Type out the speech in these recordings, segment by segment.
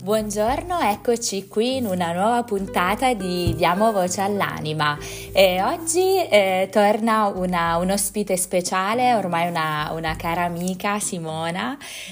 Buongiorno, eccoci qui in una nuova puntata di Diamo Voce all'Anima. Oggi torna un ospite speciale, ormai una cara amica, Simona,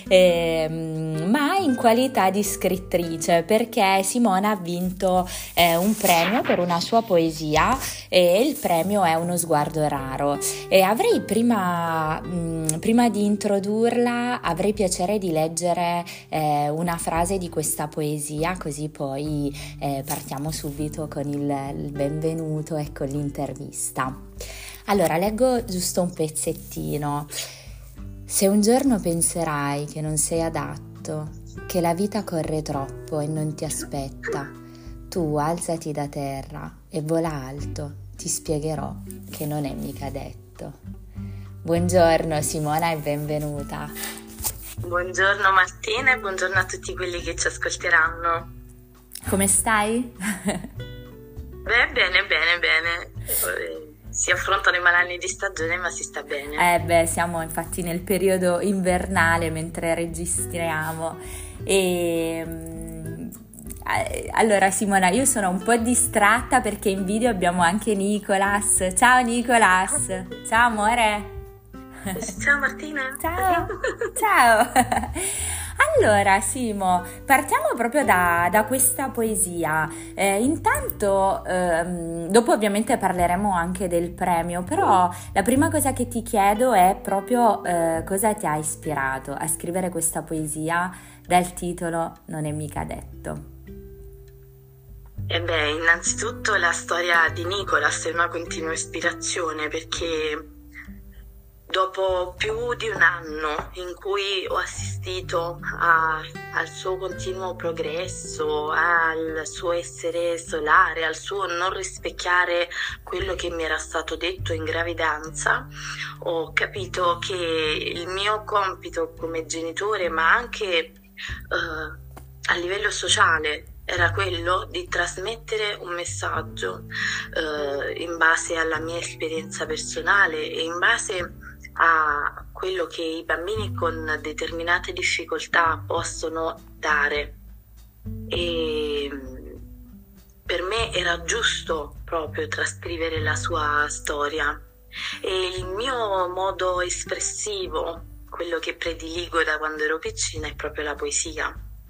ma in qualità di scrittrice, perché Simona ha vinto un premio per una sua poesia e il premio è Uno sguardo raro. E avrei prima di introdurla, avrei piacere di leggere una frase di questa poesia, così poi partiamo subito con il benvenuto e con l'intervista. Allora, leggo giusto un pezzettino. Se un giorno penserai che non sei adatto, che la vita corre troppo e non ti aspetta, tu alzati da terra e vola alto, ti spiegherò che non è mica detto. Buongiorno Simona e benvenuta. Buongiorno Martina e buongiorno a tutti quelli che ci ascolteranno. Come stai? Bene. Si affrontano i malanni di stagione, ma si sta bene. Siamo infatti nel periodo invernale mentre registriamo. Allora Simona, io sono un po' distratta perché in video abbiamo anche Nicolas. Ciao Nicolas. Ciao amore. Ciao Martina. Ciao. Allora Simo, partiamo proprio da questa poesia. Intanto, dopo ovviamente parleremo anche del premio, però la prima cosa che ti chiedo è proprio cosa ti ha ispirato a scrivere questa poesia dal titolo Non è mica detto. Innanzitutto la storia di Nicolas è una continua ispirazione, perché dopo più di un anno in cui ho assistito al suo continuo progresso, al suo essere solare, al suo non rispecchiare quello che mi era stato detto in gravidanza, ho capito che il mio compito come genitore, ma anche a livello sociale, era quello di trasmettere un messaggio in base alla mia esperienza personale e in base a quello che i bambini con determinate difficoltà possono dare. E per me era giusto proprio trascrivere la sua storia, e il mio modo espressivo, quello che prediligo da quando ero piccina, è proprio la poesia.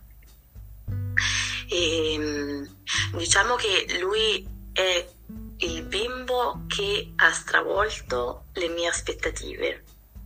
E diciamo che lui è il bimbo che ha stravolto le mie aspettative,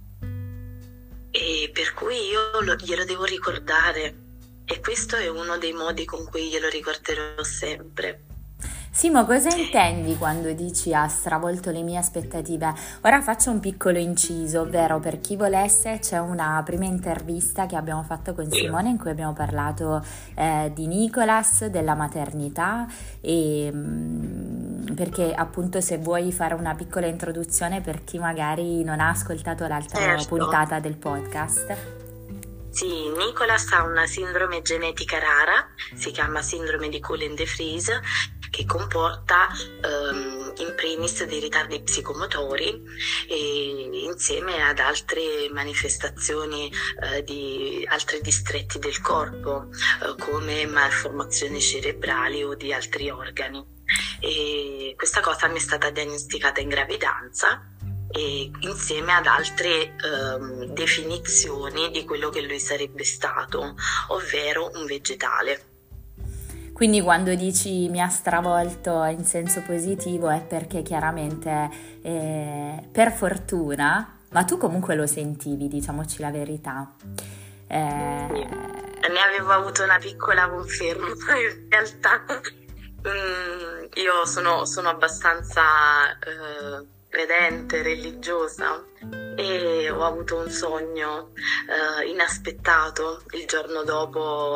e per cui io glielo devo ricordare, e questo è uno dei modi con cui glielo ricorderò sempre. Simo, cosa intendi quando dici ha stravolto le mie aspettative? Ora faccio un piccolo inciso, ovvero per chi volesse c'è una prima intervista che abbiamo fatto con Simone in cui abbiamo parlato di Nicolas, della maternità, e perché appunto se vuoi fare una piccola introduzione per chi magari non ha ascoltato l'altra puntata del podcast. Sì, Nicolas ha una sindrome genetica rara, si chiama sindrome di Cullen-de-Vries, che comporta in primis dei ritardi psicomotori e insieme ad altre manifestazioni di altri distretti del corpo, come malformazioni cerebrali o di altri organi. E questa cosa mi è stata diagnosticata in gravidanza, e insieme ad altre definizioni di quello che lui sarebbe stato, ovvero un vegetale. Quindi quando dici mi ha stravolto in senso positivo è perché chiaramente per fortuna, ma tu comunque lo sentivi, diciamoci la verità. Ne avevo avuto una piccola conferma in realtà. Io sono abbastanza credente, religiosa, e ho avuto un sogno inaspettato il giorno dopo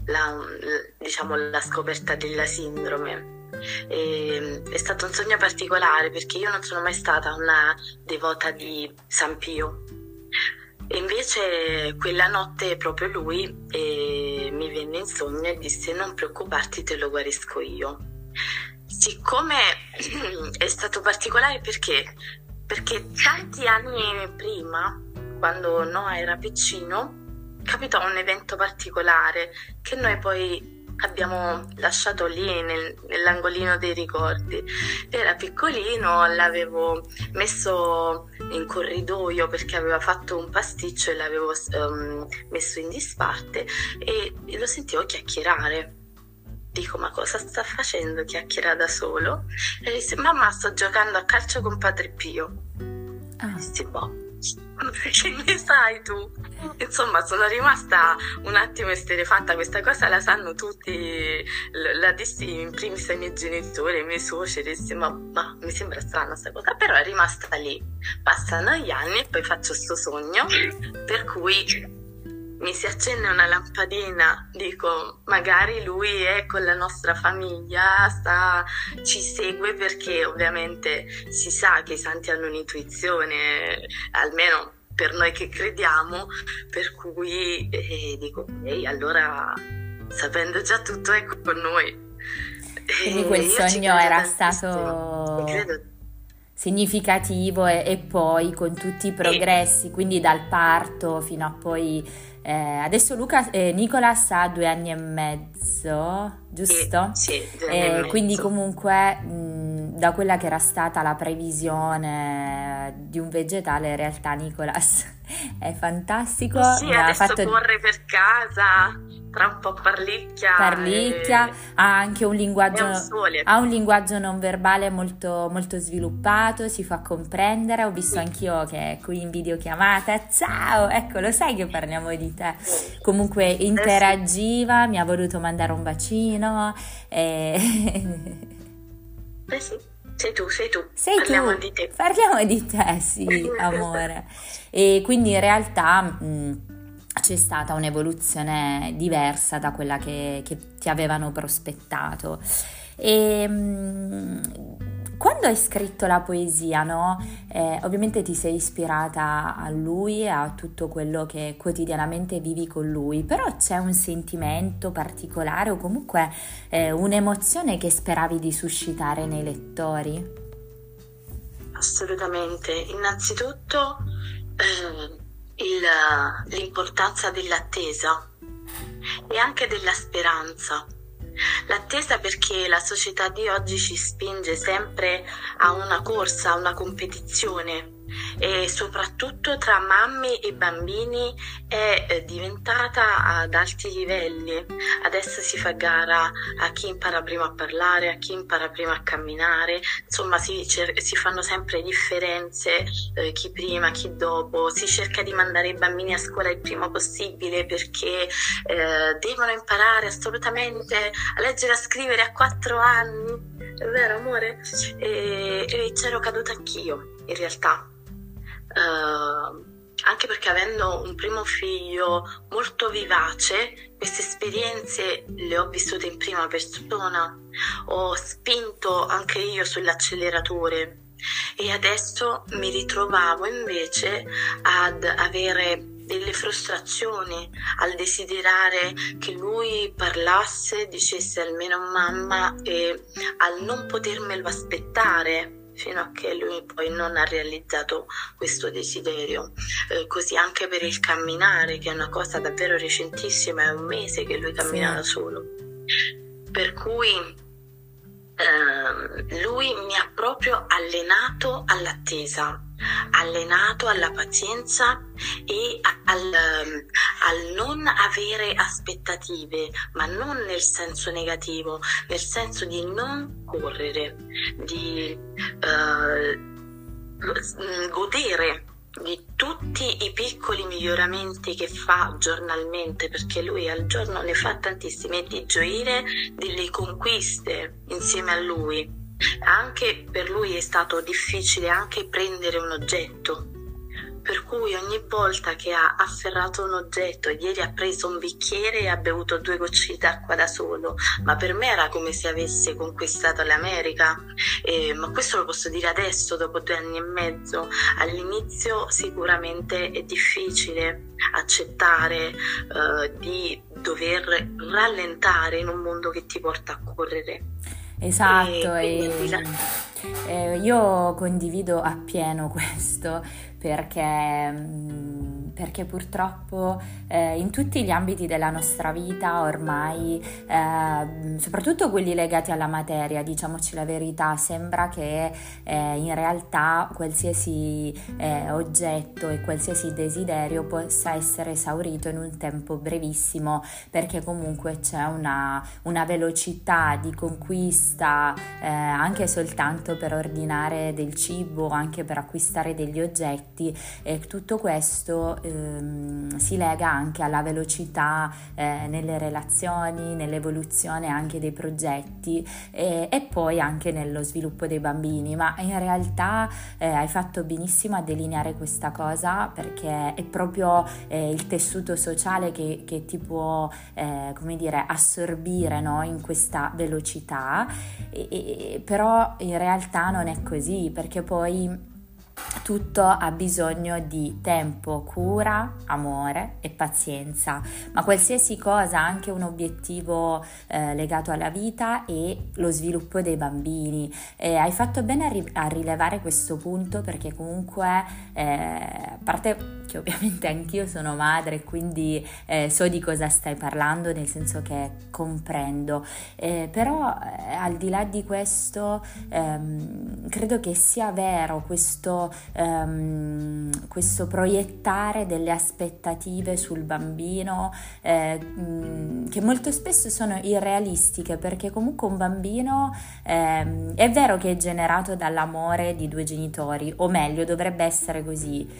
la scoperta della sindrome. È stato un sogno particolare perché io non sono mai stata una devota di San Pio, e invece quella notte proprio lui mi venne in sogno e disse: non preoccuparti, te lo guarisco io. Siccome è stato particolare perché tanti anni prima, quando Noah era piccino, capitò un evento particolare che noi poi abbiamo lasciato lì nell'angolino dei ricordi. Era piccolino, l'avevo messo in corridoio perché aveva fatto un pasticcio e l'avevo messo in disparte e lo sentivo chiacchierare. Dico, ma cosa sta facendo? Chiacchiera da solo? E disse, mamma, sto giocando a calcio con Padre Pio. Dissi, boh, che ne sai tu? Insomma, sono rimasta un attimo esterrefatta. Questa cosa la sanno tutti, la dissi in primis ai miei genitori, ai miei suoceri, dissi, ma mi sembra strana questa cosa, però è rimasta lì. Passano gli anni e poi faccio sto sogno, per cui mi si accende una lampadina, dico, magari lui è con la nostra famiglia, ci segue, perché ovviamente si sa che i santi hanno un'intuizione, almeno per noi che crediamo, per cui dico, allora sapendo già tutto è con noi. Quindi quel sogno era stato significativo e poi con tutti i progressi, quindi dal parto fino a poi adesso Nicolas ha 2 anni e mezzo, giusto? Sì, 2 anni e mezzo. Quindi comunque da quella che era stata la previsione di un vegetale, in realtà Nicolas è fantastico. Sì, adesso corre per casa, tra un po' parlicchia, ha anche un linguaggio non verbale molto, molto sviluppato, si fa comprendere. Ho visto anch'io che è qui in videochiamata, ciao, ecco, lo sai che parliamo di te. Comunque interagiva, mi ha voluto mandare un bacino sì. Sei tu. Parliamo di te, sì, amore. E quindi in realtà c'è stata un'evoluzione diversa da quella che ti avevano prospettato. E quando hai scritto la poesia, no? Ovviamente ti sei ispirata a lui e a tutto quello che quotidianamente vivi con lui, però c'è un sentimento particolare o comunque un'emozione che speravi di suscitare nei lettori? Assolutamente. Innanzitutto l'importanza dell'attesa e anche della speranza. L'attesa, perché la società di oggi ci spinge sempre a una corsa, a una competizione, e soprattutto tra mamme e bambini è diventata ad alti livelli. Adesso si fa gara a chi impara prima a parlare, a chi impara prima a camminare, insomma si fanno sempre differenze, chi prima, chi dopo. Si cerca di mandare i bambini a scuola il prima possibile perché devono imparare assolutamente a leggere e a scrivere a 4 anni, è vero amore? E c'ero caduta anch'io in realtà. Anche perché avendo un primo figlio molto vivace, queste esperienze le ho vissute in prima persona, ho spinto anche io sull'acceleratore e adesso mi ritrovavo invece ad avere delle frustrazioni, al desiderare che lui parlasse, dicesse almeno mamma, e al non potermelo aspettare fino a che lui poi non ha realizzato questo desiderio. Così anche per il camminare, che è una cosa davvero recentissima, è 1 mese che lui cammina da solo. Per cui lui mi ha proprio allenato all'attesa, allenato alla pazienza e al non avere aspettative, ma non nel senso negativo, nel senso di non correre, di godere di tutti i piccoli miglioramenti che fa giornalmente, perché lui al giorno ne fa tantissimi, e di gioire delle conquiste insieme a lui. Anche per lui è stato difficile anche prendere un oggetto, per cui ogni volta che ha afferrato un oggetto, ieri ha preso un bicchiere e ha bevuto 2 gocce d'acqua da solo, ma per me era come se avesse conquistato l'America. Ma questo lo posso dire adesso, dopo 2 anni e mezzo. All'inizio sicuramente è difficile accettare di dover rallentare in un mondo che ti porta a correre. Esatto, io condivido appieno questo, perché perché purtroppo in tutti gli ambiti della nostra vita ormai, soprattutto quelli legati alla materia, diciamoci la verità, sembra che in realtà qualsiasi oggetto e qualsiasi desiderio possa essere esaurito in un tempo brevissimo, perché comunque c'è una velocità di conquista, anche soltanto per ordinare del cibo, anche per acquistare degli oggetti, e tutto questo si lega anche alla velocità nelle relazioni, nell'evoluzione anche dei progetti e poi anche nello sviluppo dei bambini. Ma in realtà hai fatto benissimo a delineare questa cosa, perché è proprio il tessuto sociale che ti può come dire, assorbire, no? In questa velocità, però in realtà non è così, perché poi tutto ha bisogno di tempo, cura, amore e pazienza, ma qualsiasi cosa, anche un obiettivo legato alla vita e lo sviluppo dei bambini. Hai fatto bene a rilevare questo punto, perché comunque, a parte che ovviamente anch'io sono madre, quindi so di cosa stai parlando, nel senso che comprendo, però al di là di questo credo che sia vero questo proiettare delle aspettative sul bambino che molto spesso sono irrealistiche, perché comunque un bambino è vero che è generato dall'amore di due genitori, o meglio dovrebbe essere così,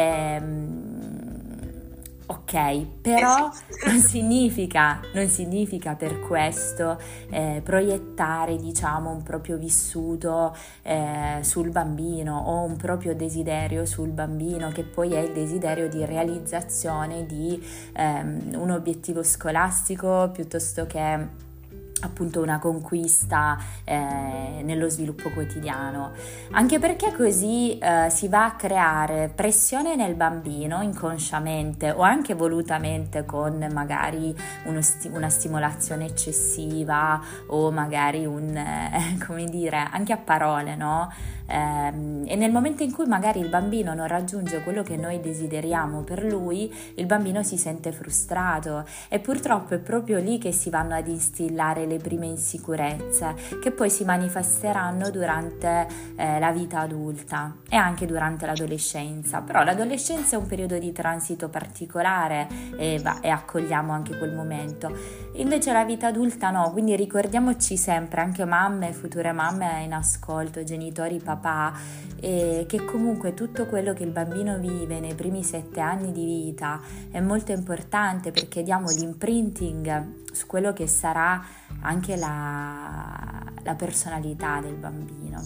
ok, però non significa per questo proiettare, diciamo, un proprio vissuto sul bambino, o un proprio desiderio sul bambino, che poi è il desiderio di realizzazione di un obiettivo scolastico, piuttosto che appunto una conquista nello sviluppo quotidiano, anche perché così si va a creare pressione nel bambino inconsciamente o anche volutamente, con magari una stimolazione eccessiva, o magari come dire, anche a parole, no? E nel momento in cui magari il bambino non raggiunge quello che noi desideriamo per lui, il bambino si sente frustrato, e purtroppo è proprio lì che si vanno ad instillare le prime insicurezze, che poi si manifesteranno durante la vita adulta e anche durante l'adolescenza. Però l'adolescenza è un periodo di transito particolare e accogliamo anche quel momento. Invece la vita adulta no, quindi ricordiamoci sempre, anche mamme, future mamme in ascolto, genitori, papà, che comunque tutto quello che il bambino vive nei primi 7 anni di vita è molto importante, perché diamo l'imprinting su quello che sarà anche la personalità del bambino.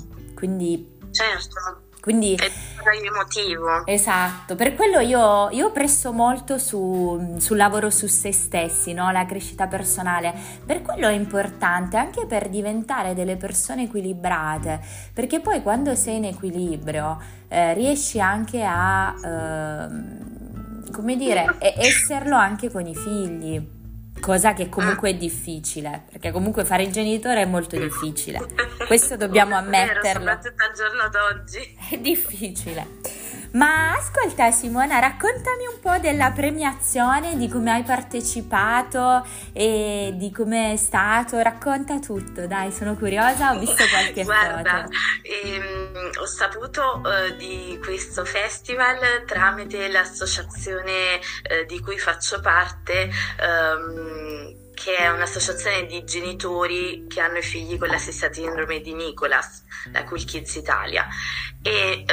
Quindi è emotivo. Esatto, per quello io presso molto sul lavoro su se stessi, no? La crescita personale, per quello è importante, anche per diventare delle persone equilibrate, perché poi quando sei in equilibrio riesci anche a, come dire, esserlo anche con i figli. Cosa che comunque è difficile, perché comunque fare il genitore è molto difficile, questo dobbiamo ammetterlo. Vero, soprattutto al giorno d'oggi. È difficile. Ma ascolta Simona, raccontami un po' della premiazione, di come hai partecipato e di come è stato, racconta tutto, dai, sono curiosa, ho visto qualche Guarda, foto. ho saputo di questo festival tramite l'associazione di cui faccio parte, che è un'associazione di genitori che hanno i figli con la stessa sindrome di Nicholas, la Cool Kids Italia. E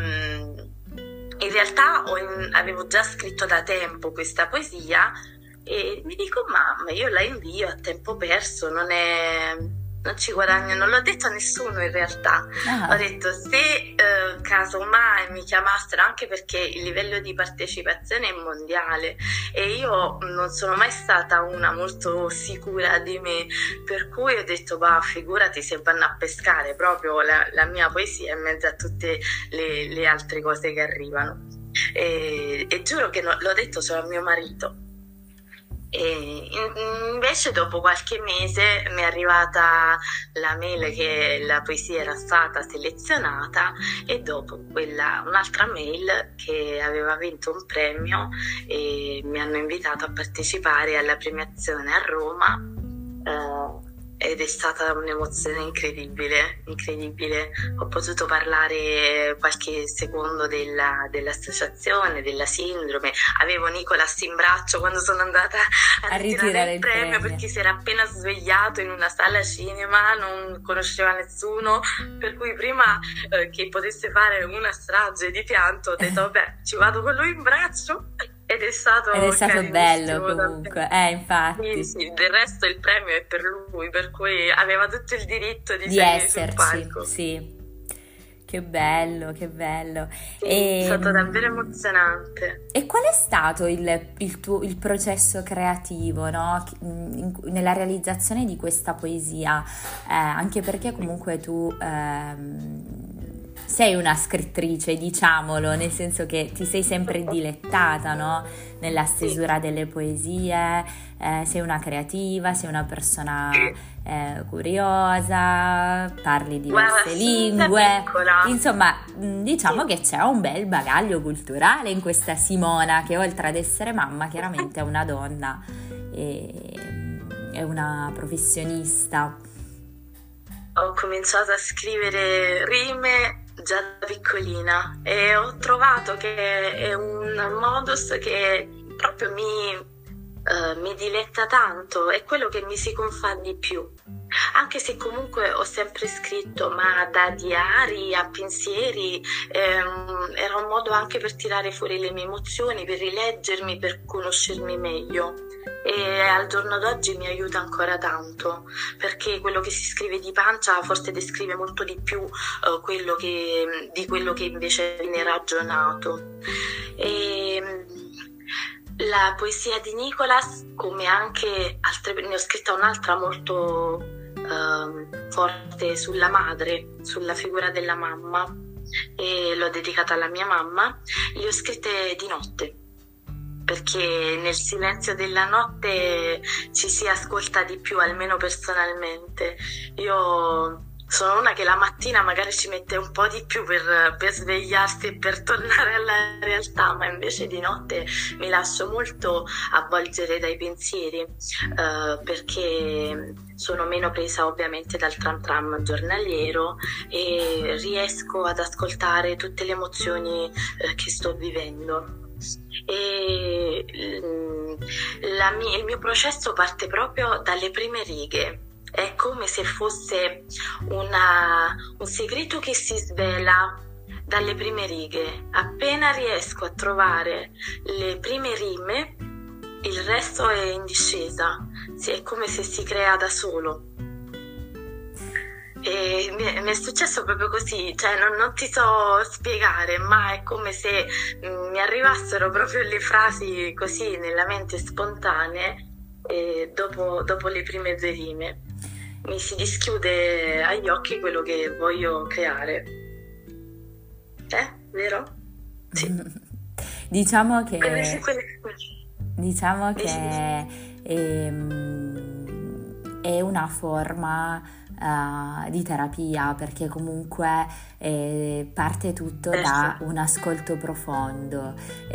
in realtà avevo già scritto da tempo questa poesia e mi dico, mamma, io la invio a tempo perso, non ci guadagno, non l'ho detto a nessuno in realtà. Ho detto, se casomai mi chiamassero, anche perché il livello di partecipazione è mondiale e io non sono mai stata una molto sicura di me, per cui ho detto, bah, figurati se vanno a pescare proprio la mia poesia in mezzo a tutte le altre cose che arrivano. E giuro che l'ho detto solo a mio marito. Invece dopo qualche mese mi è arrivata la mail che la poesia era stata selezionata, e dopo quella un'altra mail che aveva vinto un premio, e mi hanno invitato a partecipare alla premiazione a Roma. Ed è stata un'emozione incredibile, incredibile. Ho potuto parlare qualche secondo dell'associazione, della sindrome. Avevo Nicolas in braccio quando sono andata a ritirare il premio, perché si era appena svegliato in una sala cinema, non conosceva nessuno, per cui prima che potesse fare una strage di pianto ho detto vabbè, ci vado con lui in braccio. Ed è stato bello comunque, infatti. Sì, del resto il premio è per lui, per cui aveva tutto il diritto di esserci, sul palco. Sì. Che bello, che bello. Sì, è stato davvero emozionante. E qual è stato il processo creativo, no? Nella realizzazione di questa poesia? Anche perché comunque tu sei una scrittrice, diciamolo, nel senso che ti sei sempre dilettata, no? Nella stesura delle poesie, sei una creativa, sei una persona curiosa, parli diverse lingue, insomma diciamo che c'è un bel bagaglio culturale in questa Simona, che oltre ad essere mamma chiaramente è una donna e è una professionista. Ho cominciato a scrivere rime già da piccolina e ho trovato che è un modus che proprio mi diletta tanto, è quello che mi si confà di più, anche se comunque ho sempre scritto, ma da diari a pensieri, era un modo anche per tirare fuori le mie emozioni, per rileggermi, per conoscermi meglio, e al giorno d'oggi mi aiuta ancora tanto, perché quello che si scrive di pancia forse descrive molto di più di quello che invece viene ragionato. La poesia di Nicolas, come anche altre, ne ho scritta un'altra molto forte sulla madre, sulla figura della mamma, e l'ho dedicata alla mia mamma. Le ho scritte di notte, perché nel silenzio della notte ci si ascolta di più, almeno personalmente. Io sono una che la mattina magari ci mette un po' di più per svegliarsi e per tornare alla realtà, ma invece di notte mi lascio molto avvolgere dai pensieri, perché sono meno presa ovviamente dal tram tram giornaliero e riesco ad ascoltare tutte le emozioni che sto vivendo. E il mio processo parte proprio dalle prime righe. È come se fosse un segreto che si svela dalle prime righe. Appena riesco a trovare le prime rime, il resto è in discesa. È come se si crea da solo. E mi è successo proprio così, cioè non ti so spiegare, ma è come se mi arrivassero proprio le frasi così nella mente spontanee, e dopo le prime due rime mi si dischiude agli occhi quello che voglio creare. Vero? Sì. Diciamo che è una forma di terapia, perché comunque parte tutto da un ascolto profondo,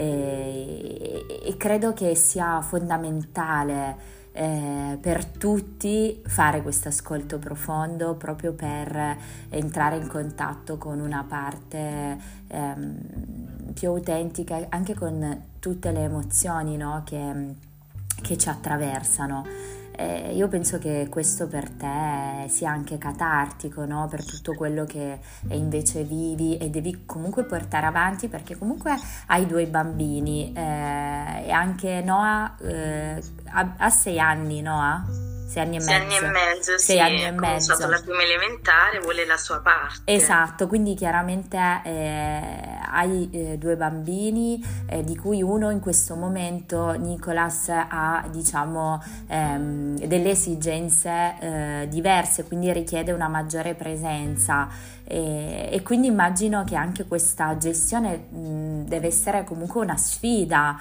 e credo che sia fondamentale per tutti fare questo ascolto profondo, proprio per entrare in contatto con una parte più autentica, anche con tutte le emozioni, no, che ci attraversano. Io penso che questo per te sia anche catartico, no? Per tutto quello che invece vivi e devi comunque portare avanti, perché comunque hai 2 bambini, e anche Noah ha 6 anni, Noah? 6 anni e 6 anni e mezzo. mezzo, 6 sì, anni e ha cominciato mezzo. la prima elementare, vuole la sua parte. Esatto, quindi chiaramente hai 2 bambini, di cui uno in questo momento, Nicolas, ha diciamo delle esigenze diverse, quindi richiede una maggiore presenza e quindi immagino che anche questa gestione deve essere comunque una sfida.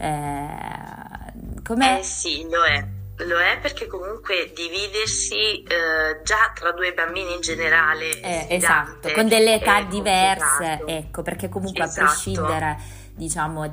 Come... Sì, lo è. Lo è perché comunque dividersi già tra 2 bambini in generale esatto, sfidante, con delle età è diverse, complicato. ecco, perché comunque a Esatto. prescindere, diciamo,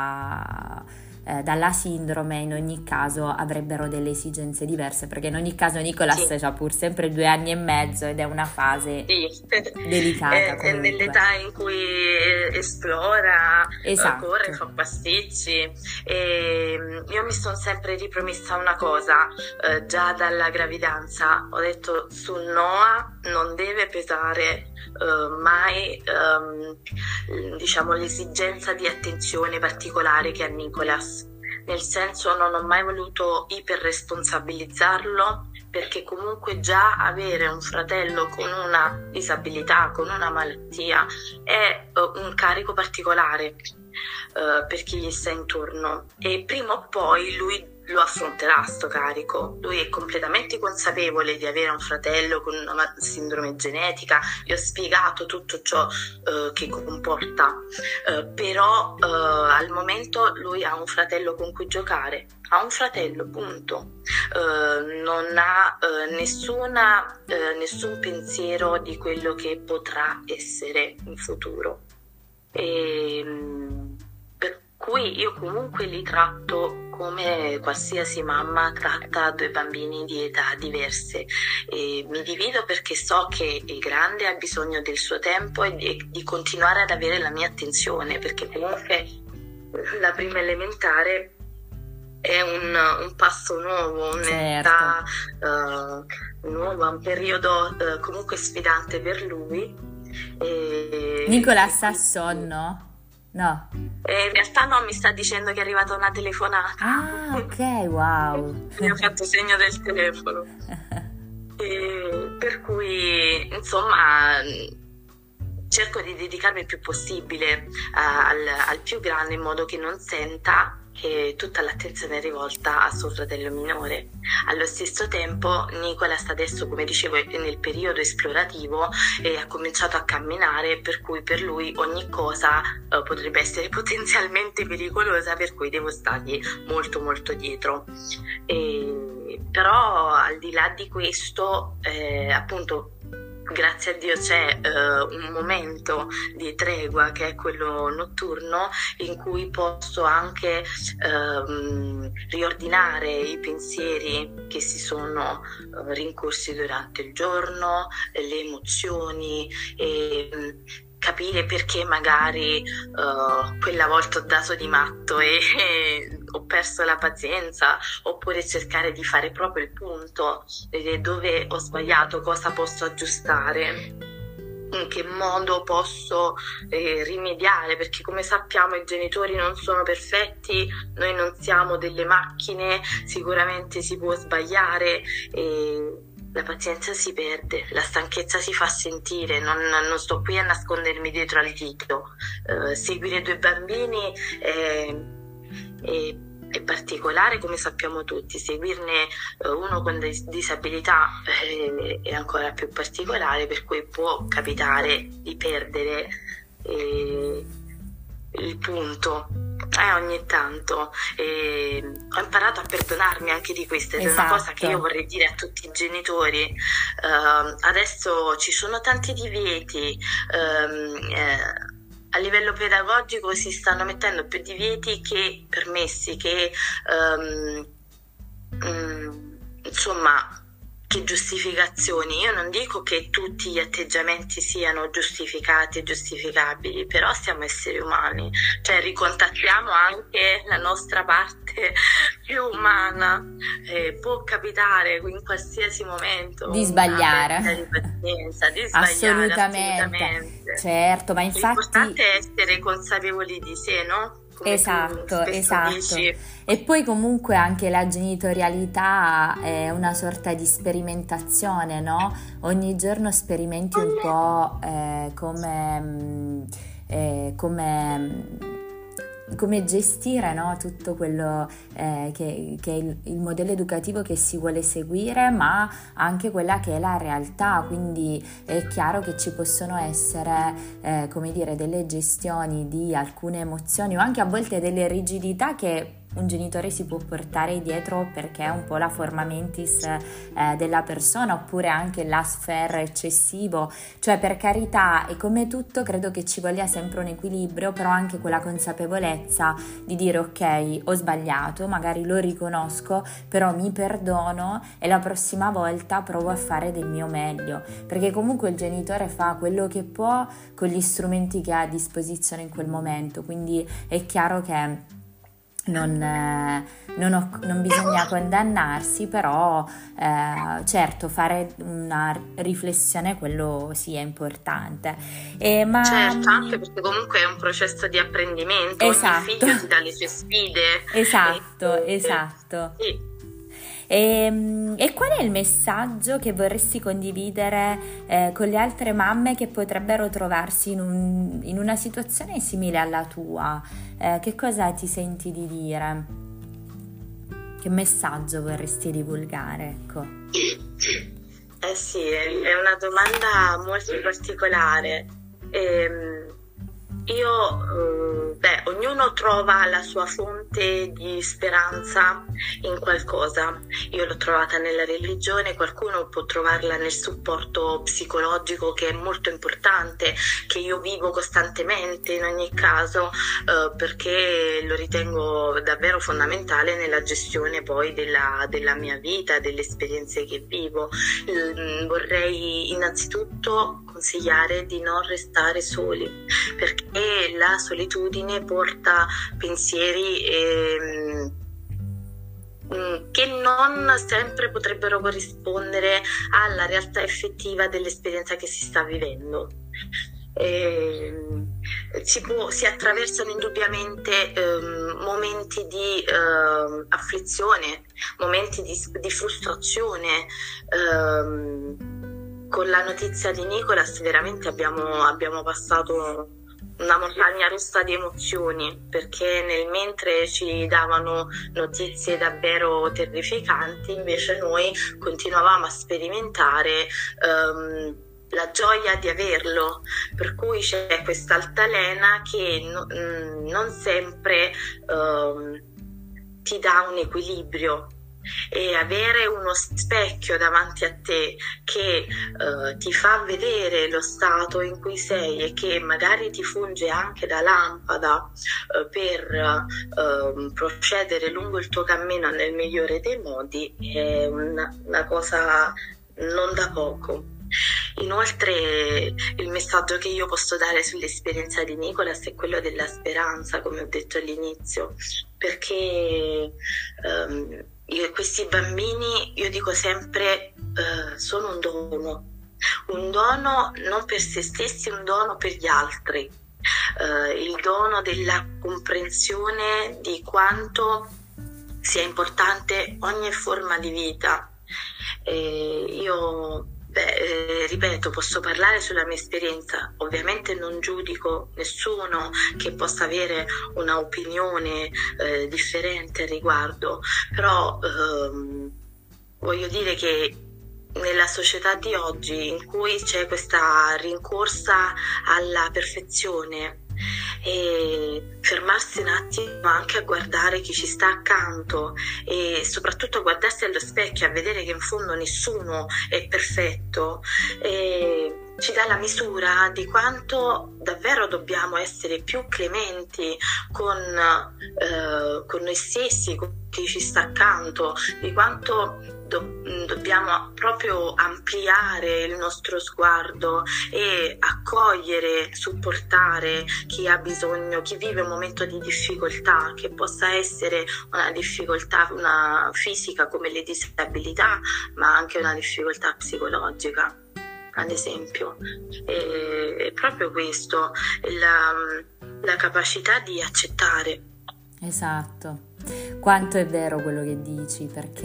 dalla sindrome, in ogni caso avrebbero delle esigenze diverse, perché in ogni caso Nicolas Sì. ha pur sempre 2 anni e mezzo ed è una fase Sì, delicata è comunque. nell'età in cui esplora, Esatto. corre, fa pasticci. E io mi sono sempre ripromessa una cosa, già dalla gravidanza, ho detto su Noah non deve pesare mai diciamo l'esigenza di attenzione particolare che ha Nicolas. Nel senso, non ho mai voluto iperresponsabilizzarlo, perché comunque già avere un fratello con una disabilità, con una malattia, è un carico particolare per chi gli sta intorno, e prima o poi lui lo affronterà sto carico. Lui è completamente consapevole di avere un fratello con una sindrome genetica, gli ho spiegato tutto ciò che comporta, però al momento lui ha un fratello con cui giocare, ha un fratello, punto. Non ha nessun pensiero di quello che potrà essere in futuro. Per cui io comunque li tratto come qualsiasi mamma tratta 2 bambini di età diverse. E mi divido perché so che il grande ha bisogno del suo tempo e di continuare ad avere la mia attenzione, perché comunque la prima elementare è un passo nuovo, un'età nuova, un periodo comunque sfidante per lui. Nicolas ha sonno? No. In realtà no, mi sta dicendo che è arrivata una telefonata. Ah, ok, wow. Mi ho fatto segno del telefono. Per cui, insomma, cerco di dedicarmi il più possibile al più grande, in modo che non senta che tutta l'attenzione è rivolta a suo fratello minore. Allo stesso tempo Nicolas adesso, come dicevo, è nel periodo esplorativo e ha cominciato a camminare, per cui per lui ogni cosa potrebbe essere potenzialmente pericolosa, per cui devo stargli molto molto dietro. Però al di là di questo, appunto, grazie a Dio c'è un momento di tregua, che è quello notturno, in cui posso anche riordinare i pensieri che si sono rincorsi durante il giorno, le emozioni, e capire perché magari quella volta ho dato di matto e ho perso la pazienza, oppure cercare di fare proprio il punto, vedere dove ho sbagliato, cosa posso aggiustare, in che modo posso rimediare, perché come sappiamo i genitori non sono perfetti, noi non siamo delle macchine, sicuramente si può sbagliare e la pazienza si perde, la stanchezza si fa sentire. Non sto qui a nascondermi dietro al dito. Seguire 2 bambini è particolare, come sappiamo tutti. Seguirne uno con disabilità è ancora più particolare, per cui può capitare di perdere il punto ogni tanto. Ho imparato a perdonarmi anche di questo, ed è una cosa che io vorrei dire a tutti i genitori. Adesso ci sono tanti divieti, a livello pedagogico si stanno mettendo più divieti che permessi, che insomma, che giustificazioni. Io non dico che tutti gli atteggiamenti siano giustificati e giustificabili, però siamo esseri umani, cioè ricontattiamo anche la nostra parte più umana. Può capitare in qualsiasi momento di sbagliare, di pazienza, di sbagliare, assolutamente. Certo, ma infatti l'importante è essere consapevoli di sé, no? come tu Esatto, spesso esatto. dici. E poi comunque anche la genitorialità è una sorta di sperimentazione, no? Ogni giorno sperimenti un po' come gestire, no? Tutto quello che è il modello educativo che si vuole seguire, ma anche quella che è la realtà. Quindi è chiaro che ci possono essere, come dire, delle gestioni di alcune emozioni o anche a volte delle rigidità che un genitore si può portare dietro perché è un po' la forma mentis della persona, oppure anche l'asfer eccessivo. Cioè, per carità, e come tutto credo che ci voglia sempre un equilibrio, però anche quella consapevolezza di dire ok, ho sbagliato, magari lo riconosco, però mi perdono e la prossima volta provo a fare del mio meglio, perché comunque il genitore fa quello che può con gli strumenti che ha a disposizione in quel momento. Quindi è chiaro che non bisogna condannarsi, però certo fare una riflessione, quello sì è importante. Certo, anche perché comunque è un processo di apprendimento, ogni Esatto, figlio ti dà le sue sfide. esatto, E- esatto. sì. E qual è il messaggio che vorresti condividere con le altre mamme che potrebbero trovarsi in una situazione simile alla tua? Che cosa ti senti di dire? Che messaggio vorresti divulgare? Ecco. Eh sì, è una domanda molto particolare. Ognuno trova la sua fonte di speranza in qualcosa. Io l'ho trovata nella religione, qualcuno può trovarla nel supporto psicologico, che è molto importante, che io vivo costantemente in ogni caso, perché lo ritengo davvero fondamentale nella gestione poi della mia vita, delle esperienze che vivo. Vorrei innanzitutto consigliare di non restare soli, perché la solitudine porta pensieri che non sempre potrebbero corrispondere alla realtà effettiva dell'esperienza che si sta vivendo. Si attraversano indubbiamente momenti di afflizione, momenti di frustrazione. Con la notizia di Nicolas veramente abbiamo passato una montagna russa di emozioni, perché mentre ci davano notizie davvero terrificanti, invece noi continuavamo a sperimentare la gioia di averlo, per cui c'è questa altalena che non sempre ti dà un equilibrio. E avere uno specchio davanti a te che ti fa vedere lo stato in cui sei e che magari ti funge anche da lampada per procedere lungo il tuo cammino nel migliore dei modi è una cosa non da poco. Inoltre il messaggio che io posso dare sull'esperienza di Nicolas è quello della speranza, come ho detto all'inizio, perché questi bambini, io dico sempre, sono un dono non per se stessi, un dono per gli altri, il dono della comprensione di quanto sia importante ogni forma di vita. Ripeto, posso parlare sulla mia esperienza, ovviamente non giudico nessuno che possa avere una opinione differente al riguardo, però voglio dire che nella società di oggi, in cui c'è questa rincorsa alla perfezione, e fermarsi un attimo anche a guardare chi ci sta accanto e soprattutto a guardarsi allo specchio, a vedere che in fondo nessuno è perfetto, ci dà la misura di quanto davvero dobbiamo essere più clementi con noi stessi, con chi ci sta accanto, di quanto dobbiamo proprio ampliare il nostro sguardo e accogliere, supportare chi ha bisogno, chi vive un momento di difficoltà, che possa essere una difficoltà fisica come le disabilità, ma anche una difficoltà psicologica, ad esempio. È proprio questo. la capacità di accettare. Esatto, quanto è vero quello che dici, perché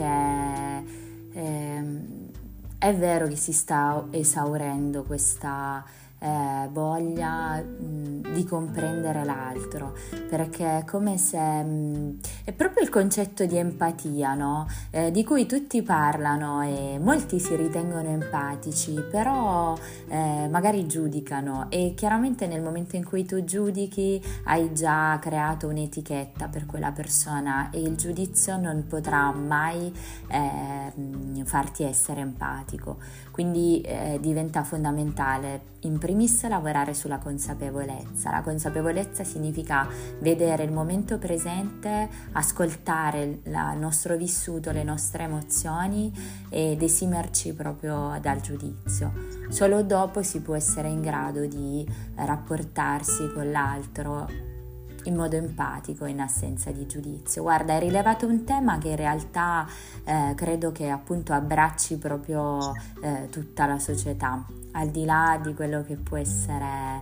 è vero che si sta esaurendo questa voglia di comprendere l'altro, perché è come se è proprio il concetto di empatia, no? Di cui tutti parlano e molti si ritengono empatici, però magari giudicano, e chiaramente nel momento in cui tu giudichi hai già creato un'etichetta per quella persona e il giudizio non potrà mai farti essere empatico. Quindi diventa fondamentale in primis lavorare sulla consapevolezza. La consapevolezza significa vedere il momento presente, ascoltare il nostro vissuto, le nostre emozioni ed esimerci proprio dal giudizio. Solo dopo si può essere in grado di rapportarsi con l'altro in modo empatico, in assenza di giudizio. Guarda, hai rilevato un tema che in realtà credo che appunto abbracci proprio tutta la società, al di là di quello che può essere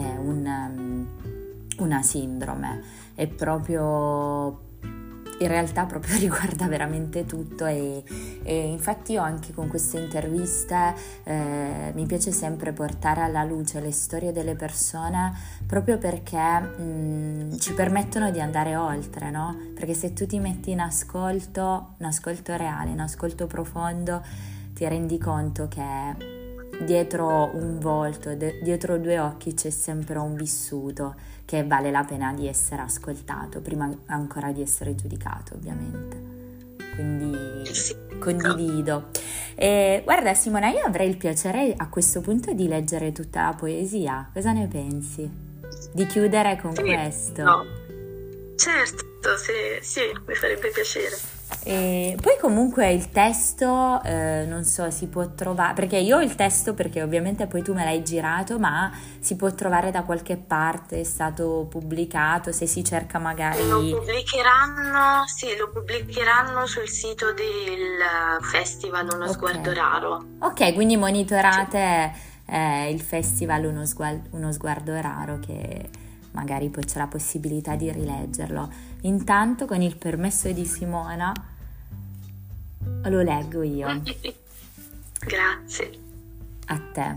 una sindrome. È proprio, in realtà proprio riguarda veramente tutto e infatti io anche con queste interviste mi piace sempre portare alla luce le storie delle persone, proprio perché ci permettono di andare oltre, no? Perché se tu ti metti in ascolto, un ascolto reale, un ascolto profondo, ti rendi conto che dietro un volto, dietro due occhi c'è sempre un vissuto che vale la pena di essere ascoltato, prima ancora di essere giudicato, ovviamente. Quindi condivido. Guarda Simona, io avrei il piacere a questo punto di leggere tutta la poesia. Cosa ne pensi? Di chiudere con questo? No. Certo, sì, mi farebbe piacere. E poi comunque il testo, non so, si può trovare, perché io ho il testo perché ovviamente poi tu me l'hai girato, ma si può trovare da qualche parte, è stato pubblicato, se si cerca magari... Lo pubblicheranno sul sito del festival Uno Sguardo Raro. Ok, quindi monitorate il festival Uno Sguardo Raro, che magari poi c'è la possibilità di rileggerlo. Intanto, con il permesso di Simona, lo leggo io. Grazie. A te.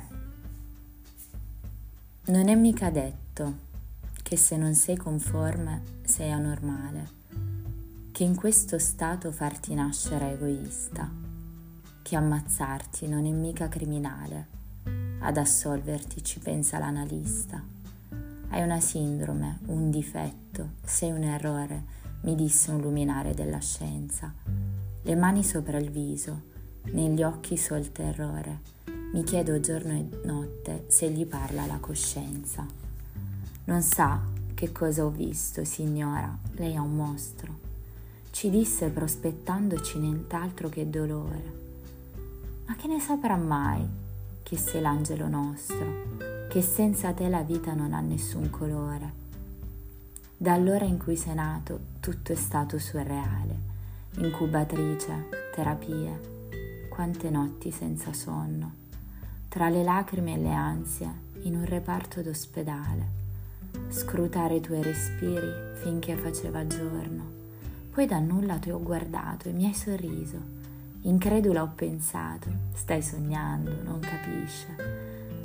Non è mica detto che se non sei conforme sei anormale, che in questo stato farti nascere egoista, che ammazzarti non è mica criminale, ad assolverti ci pensa l'analista. Hai una sindrome, un difetto, sei un errore, mi disse un luminare della scienza. Le mani sopra il viso, negli occhi sol terrore. Mi chiedo giorno e notte se gli parla la coscienza. Non sa che cosa ho visto, signora, lei è un mostro. Ci disse prospettandoci nient'altro che dolore. Ma che ne saprà mai che sei l'angelo nostro, che senza te la vita non ha nessun colore. Dall'ora in cui sei nato tutto è stato surreale, incubatrice, terapie, quante notti senza sonno, tra le lacrime e le ansie in un reparto d'ospedale, scrutare i tuoi respiri finché faceva giorno, poi da nulla ti ho guardato e mi hai sorriso, incredula ho pensato, stai sognando, non capisce.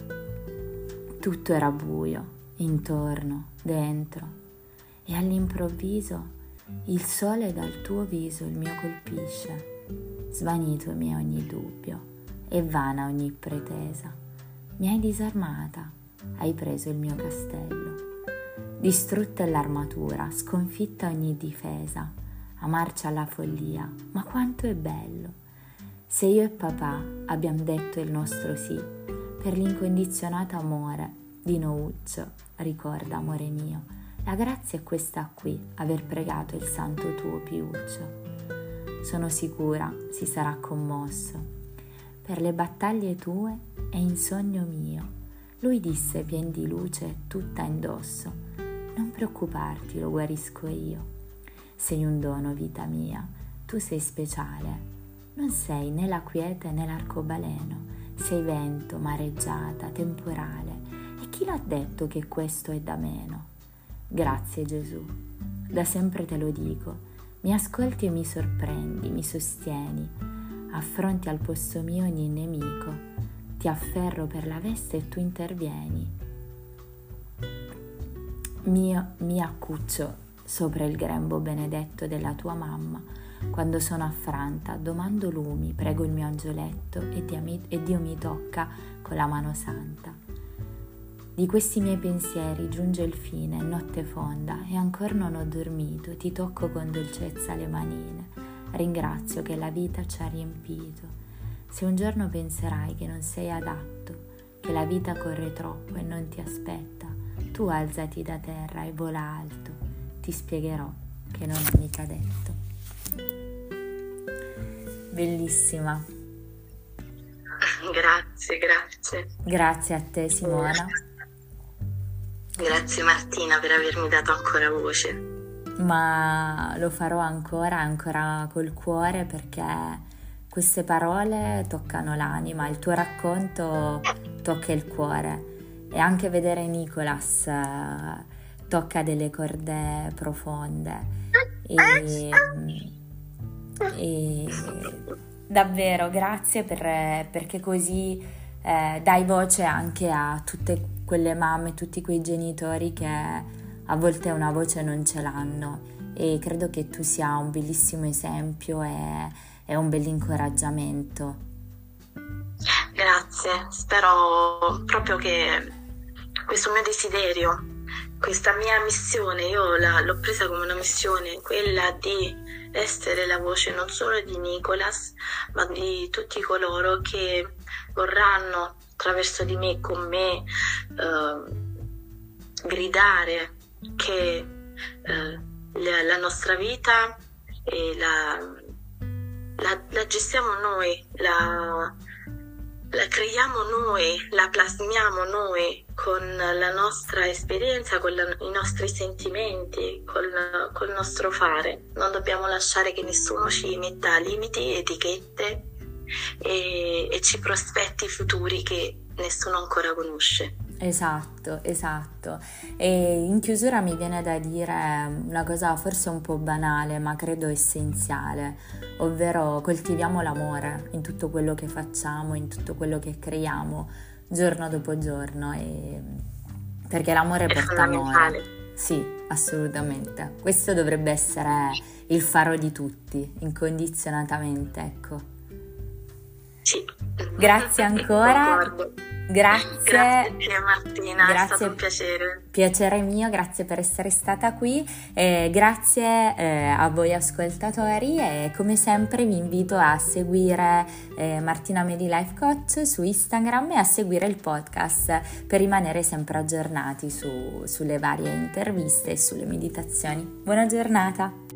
Tutto era buio, intorno, dentro, e all'improvviso il sole dal tuo viso il mio colpisce. Svanito mi è ogni dubbio e vana ogni pretesa. Mi hai disarmata, hai preso il mio castello. Distrutta è l'armatura, sconfitta ogni difesa, a marcia alla follia, ma quanto è bello. Se io e papà abbiamo detto il nostro sì, per l'incondizionato amore di Nouccio, ricorda amore mio, la grazia è questa qui, aver pregato il santo tuo Piuccio. Sono sicura si sarà commosso per le battaglie tue e in sogno mio. Lui disse pien di luce tutta indosso, non preoccuparti, lo guarisco io. Sei un dono, vita mia, tu sei speciale, non sei né la quiete né l'arcobaleno, sei vento, mareggiata, temporale, e chi l'ha detto che questo è da meno? Grazie Gesù, da sempre te lo dico, mi ascolti e mi sorprendi, mi sostieni, affronti al posto mio ogni nemico, ti afferro per la veste e tu intervieni. Mi accuccio sopra il grembo benedetto della tua mamma, quando sono affranta, domando lumi, prego il mio angioletto e Dio mi tocca con la mano santa. Di questi miei pensieri giunge il fine, notte fonda, e ancora non ho dormito, ti tocco con dolcezza le manine, ringrazio che la vita ci ha riempito. Se un giorno penserai che non sei adatto, che la vita corre troppo e non ti aspetta, tu alzati da terra e vola alto, ti spiegherò che non ho mica detto. Bellissima. Grazie. Grazie a te Simona. Grazie Martina per avermi dato ancora voce. Ma lo farò ancora col cuore, perché queste parole toccano l'anima, il tuo racconto tocca il cuore e anche vedere Nicolas tocca delle corde profonde e davvero grazie perché così dai voce anche a tutte quelle mamme, tutti quei genitori che a volte una voce non ce l'hanno, e credo che tu sia un bellissimo esempio e un bel incoraggiamento. Grazie, spero proprio che questo mio desiderio, questa mia missione, io l'ho presa come una missione, quella di essere la voce non solo di Nicolas, ma di tutti coloro che vorranno attraverso di me, con me, gridare che la nostra vita la gestiamo noi, la creiamo noi, la plasmiamo noi con la nostra esperienza, con i nostri sentimenti, col nostro fare. Non dobbiamo lasciare che nessuno ci metta limiti, etichette e ci prospetti futuri che nessuno ancora conosce. Esatto. E in chiusura mi viene da dire una cosa forse un po' banale, ma credo essenziale, ovvero coltiviamo l'amore in tutto quello che facciamo, in tutto quello che creiamo, giorno dopo giorno, perché l'amore porta amore. Sì, assolutamente. Questo dovrebbe essere il faro di tutti, incondizionatamente, ecco. Sì. Grazie ancora. Concordo. Grazie a te Martina, è stato un piacere. Piacere mio, grazie per essere stata qui, grazie a voi ascoltatori, e come sempre vi invito a seguire Martina Medi Life Coach su Instagram e a seguire il podcast per rimanere sempre aggiornati sulle varie interviste e sulle meditazioni. Buona giornata!